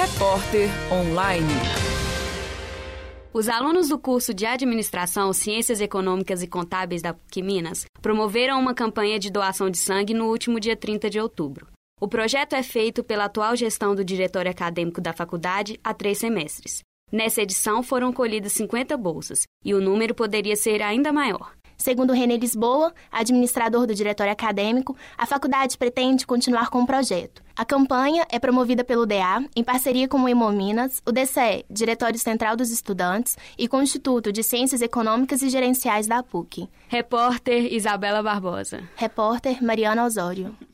Repórter Online. Os alunos do curso de Administração, Ciências Econômicas e Contábeis da PUC Minas promoveram uma campanha de doação de sangue no último dia 30 de outubro. O projeto é feito pela atual gestão do diretório acadêmico da faculdade há 3 semestres. Nessa edição foram colhidas 50 bolsas e o número poderia ser ainda maior. Segundo René Lisboa, administrador do diretório acadêmico, a faculdade pretende continuar com o projeto. A campanha é promovida pelo DA, em parceria com o Hemominas, o DCE, Diretório Central dos Estudantes, e com o Instituto de Ciências Econômicas e Gerenciais da PUC. Repórter Isabela Barbosa. Repórter Mariana Osório.